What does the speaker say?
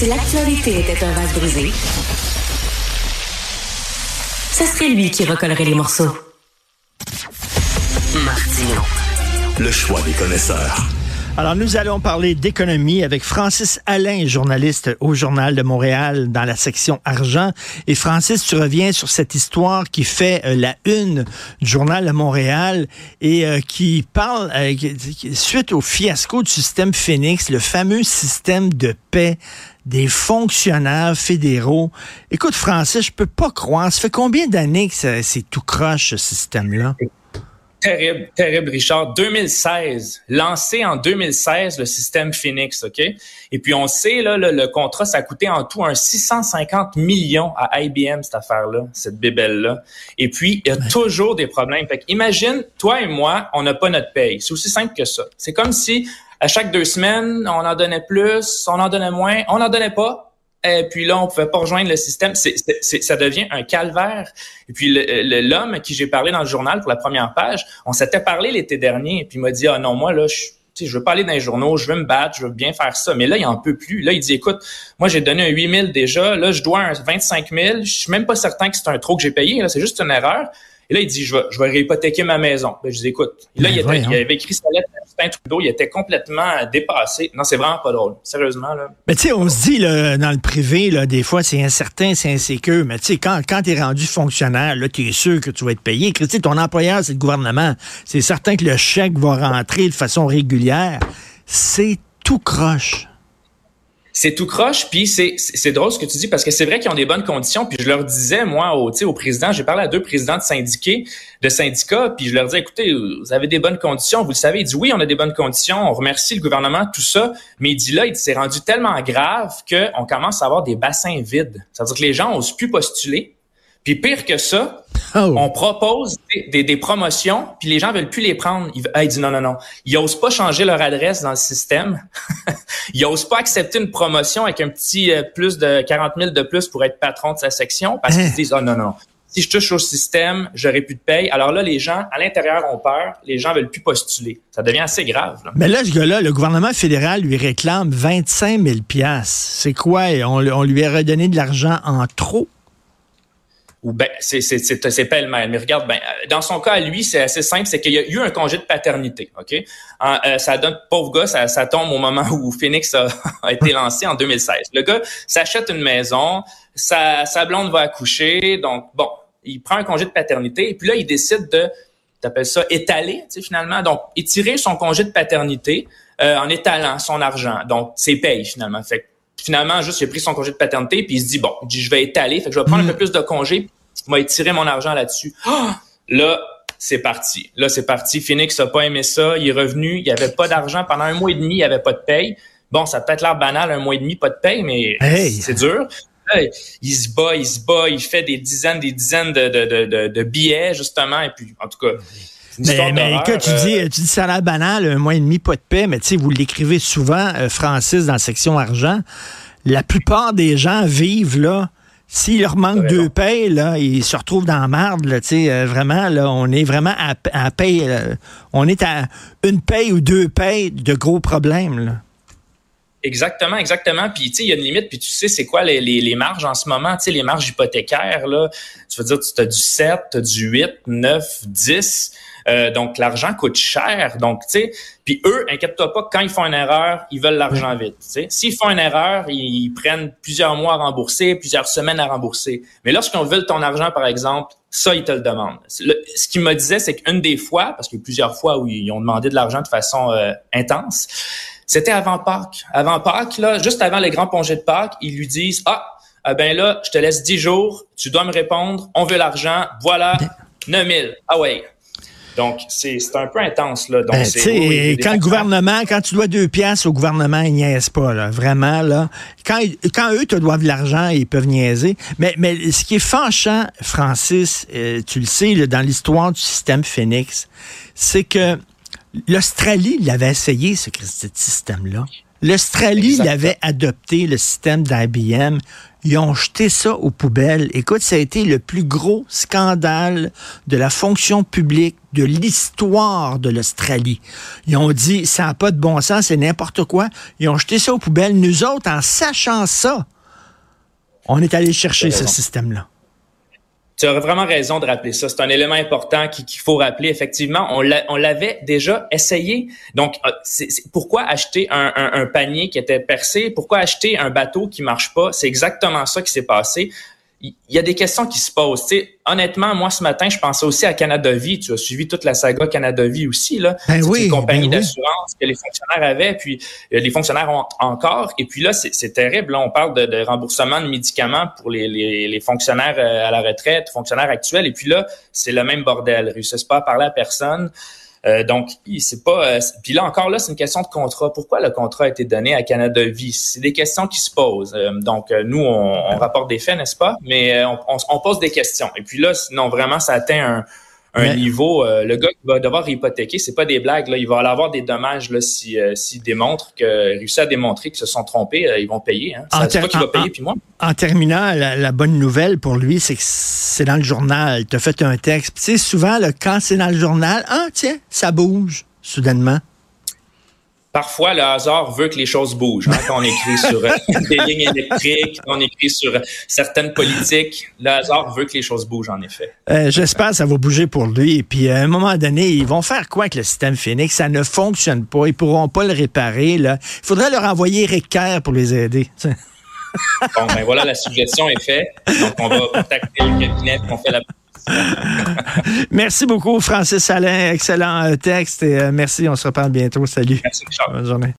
Si l'actualité était un vase brisé, ce serait lui qui recollerait les morceaux. Martino. Le choix des connaisseurs. Alors, nous allons parler d'économie avec Francis Alain, journaliste au Journal de Montréal dans la section argent. Et Francis, tu reviens sur cette histoire qui fait la une du Journal de Montréal et qui parle, suite au fiasco du système Phoenix, le fameux système de paie des fonctionnaires fédéraux. Écoute, Francis, je peux pas croire. Ça fait combien d'années que c'est tout croche, ce système-là? Terrible, Richard. 2016, lancé en 2016, le système Phoenix, OK? Et puis, on sait, là, le contrat, ça a coûté en tout 650 millions à IBM, cette affaire-là, cette bébelle-là. Et puis, il y a toujours des problèmes. Fait qu'imagine, toi et moi, on n'a pas notre paye. C'est aussi simple que ça. C'est comme si, à chaque 2 semaines, on en donnait plus, on en donnait moins, on n'en donnait pas. Et puis là, on pouvait pas rejoindre le système. Ça devient un calvaire. Et puis l'homme à qui j'ai parlé dans le journal pour la première page, on s'était parlé l'été dernier. Et puis il m'a dit, ah non, moi là, je veux pas aller dans les journaux, je veux me battre, je veux bien faire ça. Mais là, il en peut plus. Là, il dit, écoute, moi j'ai donné un 8 000 déjà. Là, je dois un 25 000. Je suis même pas certain que c'est un trop que j'ai payé. Là, c'est juste une erreur. Et là, il dit, je vais réhypothéquer ma maison. Ben, je dis, écoute. Là, il avait écrit sa lettre à Justin Trudeau. Il était complètement dépassé. Non, c'est vraiment pas drôle. Sérieusement, là. Mais tu sais, on se dit, là, dans le privé, là, des fois, c'est incertain, c'est insécure. Mais tu sais, quand t'es rendu fonctionnaire, là, t'es sûr que tu vas être payé. Tu sais, ton employeur, c'est le gouvernement. C'est certain que le chèque va rentrer de façon régulière. C'est tout croche. C'est tout croche, puis c'est drôle ce que tu dis, parce que c'est vrai qu'ils ont des bonnes conditions, puis je leur disais, moi, au président, j'ai parlé à 2 présidents de syndicats, puis je leur disais, écoutez, vous avez des bonnes conditions, vous le savez. Il dit, oui, on a des bonnes conditions, on remercie le gouvernement, tout ça, mais il dit là, c'est rendu tellement grave qu'on commence à avoir des bassins vides. C'est-à-dire que les gens n'osent plus postuler, puis pire que ça, on propose des promotions, puis les gens veulent plus les prendre. Il dit non. Ils osent pas changer leur adresse dans le système. Ils osent pas accepter une promotion avec un petit plus de 40 000 de plus pour être patron de sa section parce qu'ils se disent, non. Si je touche au système, j'aurai plus de paye. Alors là, les gens, à l'intérieur, ont peur. Les gens veulent plus postuler. Ça devient assez grave, là. Mais là, ce gars-là, le gouvernement fédéral lui réclame 25 000 $. C'est quoi? On lui a redonné de l'argent en trop? Ou ben c'est pêle-mêle. Mais regarde, dans son cas à lui, c'est assez simple, c'est qu'il y a eu un congé de paternité, ok. Ça donne, pauvre gars, ça tombe au moment où Phoenix a été lancé en 2016. Le gars s'achète une maison, sa blonde va accoucher, donc bon, il prend un congé de paternité et puis là il décide t'appelles ça étaler, tu sais finalement, donc étirer son congé de paternité en étalant son argent, donc c'est paye finalement. Fait que finalement, juste, il a pris son congé de paternité, puis il se dit, bon, je vais étaler, fait que je vais prendre un peu plus de congé, je vais étirer mon argent là-dessus. Là, c'est parti. Phoenix n'a pas aimé ça. Il est revenu, il n'y avait pas d'argent. Pendant 1 mois et demi, il n'y avait pas de paye. Bon, ça a peut-être l'air banal, 1 mois et demi, pas de paye, mais c'est dur. Là, il se bat, il fait des dizaines de billets, justement, et puis, en tout cas... Mais écoute, tu dis ça a l'air banal, 1 mois et demi, pas de paix, mais tu sais, vous l'écrivez souvent, Francis, dans la section argent. La plupart des gens vivent, là, s'il leur manque 2 payes, là, ils se retrouvent dans la marde, là, tu sais, vraiment, là, on est vraiment à paye, on est à 1 paye ou 2 payes de gros problèmes, là. Exactement. Puis, tu sais, il y a une limite. Puis, tu sais, c'est quoi les marges en ce moment? Tu sais, les marges hypothécaires, là, tu veux dire, tu as du 7, tu as du 8, 9, 10. Donc, l'argent coûte cher. Donc, tu sais, puis eux, inquiète-toi pas, quand ils font une erreur, ils veulent l'argent vite. Tu sais, s'ils font une erreur, ils prennent plusieurs mois à rembourser, plusieurs semaines à rembourser. Mais lorsqu'on veut ton argent, par exemple, ça, ils te le demandent. Ce qu'il me disait, c'est qu'une des fois, parce qu'il y a plusieurs fois où ils ont demandé de l'argent de façon intense, c'était avant Pâques. Avant Pâques, là, juste avant les grands congés de Pâques, ils lui disent, ben là, je te laisse 10 jours, tu dois me répondre, on veut l'argent, voilà, 9 000. Ah ouais. Donc, c'est un peu intense, là. Donc, quand le gouvernement, quand tu dois 2 piastres au gouvernement, ils niaisent pas, là. Vraiment, là. Quand eux te doivent de l'argent, ils peuvent niaiser. Mais ce qui est fâchant, Francis, tu le sais, là, dans l'histoire du système Phoenix, c'est que l'Australie l'avait essayé, ce système-là. L'Australie l'avait adopté, le système d'IBM. Ils ont jeté ça aux poubelles. Écoute, ça a été le plus gros scandale de la fonction publique de l'histoire de l'Australie. Ils ont dit, ça n'a pas de bon sens, c'est n'importe quoi. Ils ont jeté ça aux poubelles. Nous autres, en sachant ça, on est allé chercher ce système-là. Tu as vraiment raison de rappeler ça. C'est un élément important qu'il faut rappeler. Effectivement, on l'avait déjà essayé. Donc, pourquoi acheter un panier qui était percé? Pourquoi acheter un bateau qui marche pas? C'est exactement ça qui s'est passé. Il y a des questions qui se posent. Tu sais, honnêtement, moi, ce matin, je pensais aussi à Canada Vie. Tu as suivi toute la saga Canada Vie aussi, là. C'est une compagnie d'assurance que les fonctionnaires avaient, puis les fonctionnaires ont encore. Et puis là, c'est terrible. Là, on parle de remboursement de médicaments pour les fonctionnaires à la retraite, fonctionnaires actuels. Et puis là, c'est le même bordel. Ils réussissent pas à parler à personne. Donc, c'est pas. Puis là encore, là, c'est une question de contrat. Pourquoi le contrat a été donné à Canada Vie? C'est des questions qui se posent. Donc, nous, on rapporte des faits, n'est-ce pas? Mais on pose des questions. Et puis là, sinon, vraiment, ça atteint un niveau. Le gars qui va devoir hypothéquer, c'est pas des blagues. Là, il va avoir des dommages là s'il démontre réussit à démontrer qu'ils se sont trompés, ils vont payer. Hein. C'est toi qui vas payer, puis moi. En terminant, la bonne nouvelle pour lui, c'est que c'est dans le journal. Tu as fait un texte. Tu sais, souvent, quand c'est dans le journal, tiens, ça bouge soudainement. Parfois, le hasard veut que les choses bougent. Hein, quand on écrit sur des lignes électriques, quand on écrit sur certaines politiques, le hasard veut que les choses bougent, en effet. J'espère que ça va bouger pour lui. Et puis, à un moment donné, ils vont faire quoi avec le système Phoenix? Ça ne fonctionne pas. Ils ne pourront pas le réparer. Là. Il faudrait leur envoyer Rick Kerr pour les aider. Bon, ben voilà, la suggestion est faite. Donc, on va contacter le cabinet qu'on fait la... Merci beaucoup, Francis Alain. Excellent texte. Et merci, on se reparle bientôt. Salut. Merci, Richard. Bonne journée.